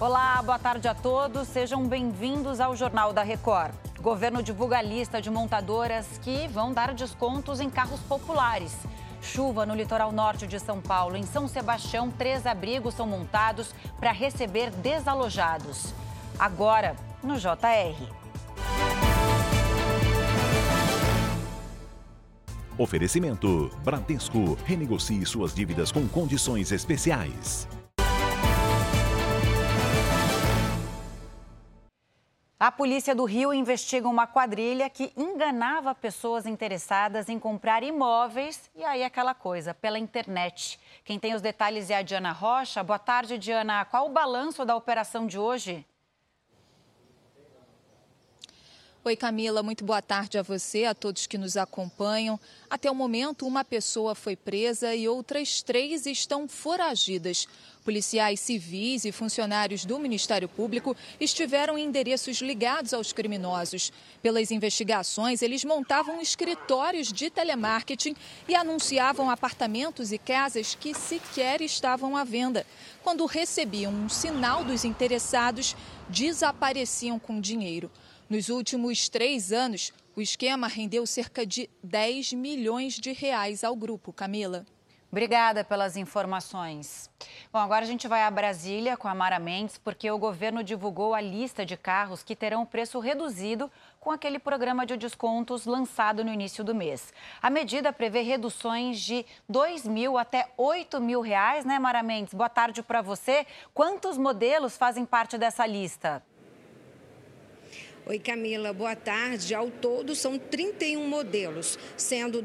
Olá, boa tarde a todos. Sejam bem-vindos ao Jornal da Record. O governo divulga a lista de montadoras que vão dar descontos em carros populares. Chuva no litoral norte de São Paulo. Em São Sebastião, 3 abrigos são montados para receber desalojados. Agora, no JR. Oferecimento: Bradesco. Renegocie suas dívidas com condições especiais. A polícia do Rio investiga uma quadrilha que enganava pessoas interessadas em comprar imóveis e aí aquela coisa, pela internet. Quem tem os detalhes é a Diana Rocha. Boa tarde, Diana. Qual o balanço da operação de hoje? Oi, Camila, muito boa tarde a você, a todos que nos acompanham. Até o momento, uma pessoa foi presa e outras 3 estão foragidas. Policiais civis e funcionários do Ministério Público estiveram em endereços ligados aos criminosos. Pelas investigações, eles montavam escritórios de telemarketing e anunciavam apartamentos e casas que sequer estavam à venda. Quando recebiam um sinal dos interessados, desapareciam com dinheiro. Nos últimos 3 anos, o esquema rendeu cerca de 10 milhões de reais ao grupo. Camila. Obrigada pelas informações. Bom, agora a gente vai a Brasília com a Mara Mendes, porque o governo divulgou a lista de carros que terão preço reduzido com aquele programa de descontos lançado no início do mês. A medida prevê reduções de R$2.000 até R$8.000, né, Mara Mendes? Boa tarde para você. Quantos modelos fazem parte dessa lista? Oi, Camila, boa tarde. Ao todo, são 31 modelos, sendo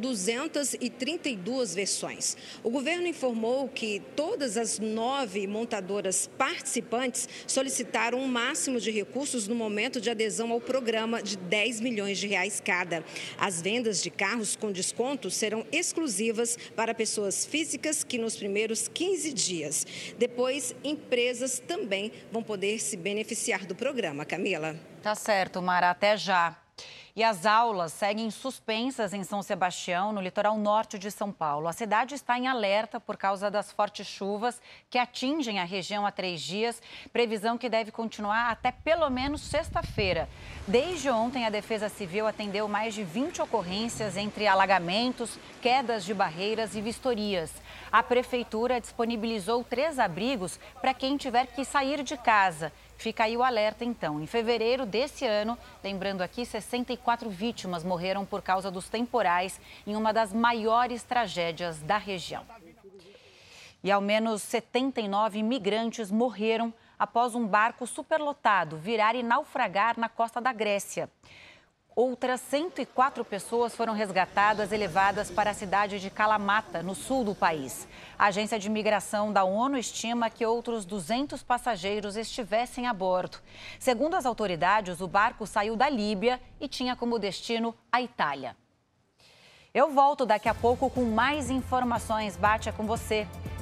232 versões. O governo informou que todas as 9 montadoras participantes solicitaram um máximo de recursos no momento de adesão ao programa de 10 milhões de reais cada. As vendas de carros com desconto serão exclusivas para pessoas físicas que nos primeiros 15 dias. Depois, empresas também vão poder se beneficiar do programa. Camila. Tá certo, Mara, até já. E as aulas seguem suspensas em São Sebastião, no litoral norte de São Paulo. A cidade está em alerta por causa das fortes chuvas que atingem a região há 3 dias, previsão que deve continuar até pelo menos sexta-feira. Desde ontem, a Defesa Civil atendeu mais de 20 ocorrências entre alagamentos, quedas de barreiras e vistorias. A Prefeitura disponibilizou 3 abrigos para quem tiver que sair de casa. Fica aí o alerta, então. Em fevereiro desse ano, lembrando aqui, 64 vítimas morreram por causa dos temporais em uma das maiores tragédias da região. E ao menos 79 imigrantes morreram após um barco superlotado virar e naufragar na costa da Grécia. Outras 104 pessoas foram resgatadas e levadas para a cidade de Kalamata, no sul do país. A Agência de Migração da ONU estima que outros 200 passageiros estivessem a bordo. Segundo as autoridades, o barco saiu da Líbia e tinha como destino a Itália. Eu volto daqui a pouco com mais informações. Bate, é com você.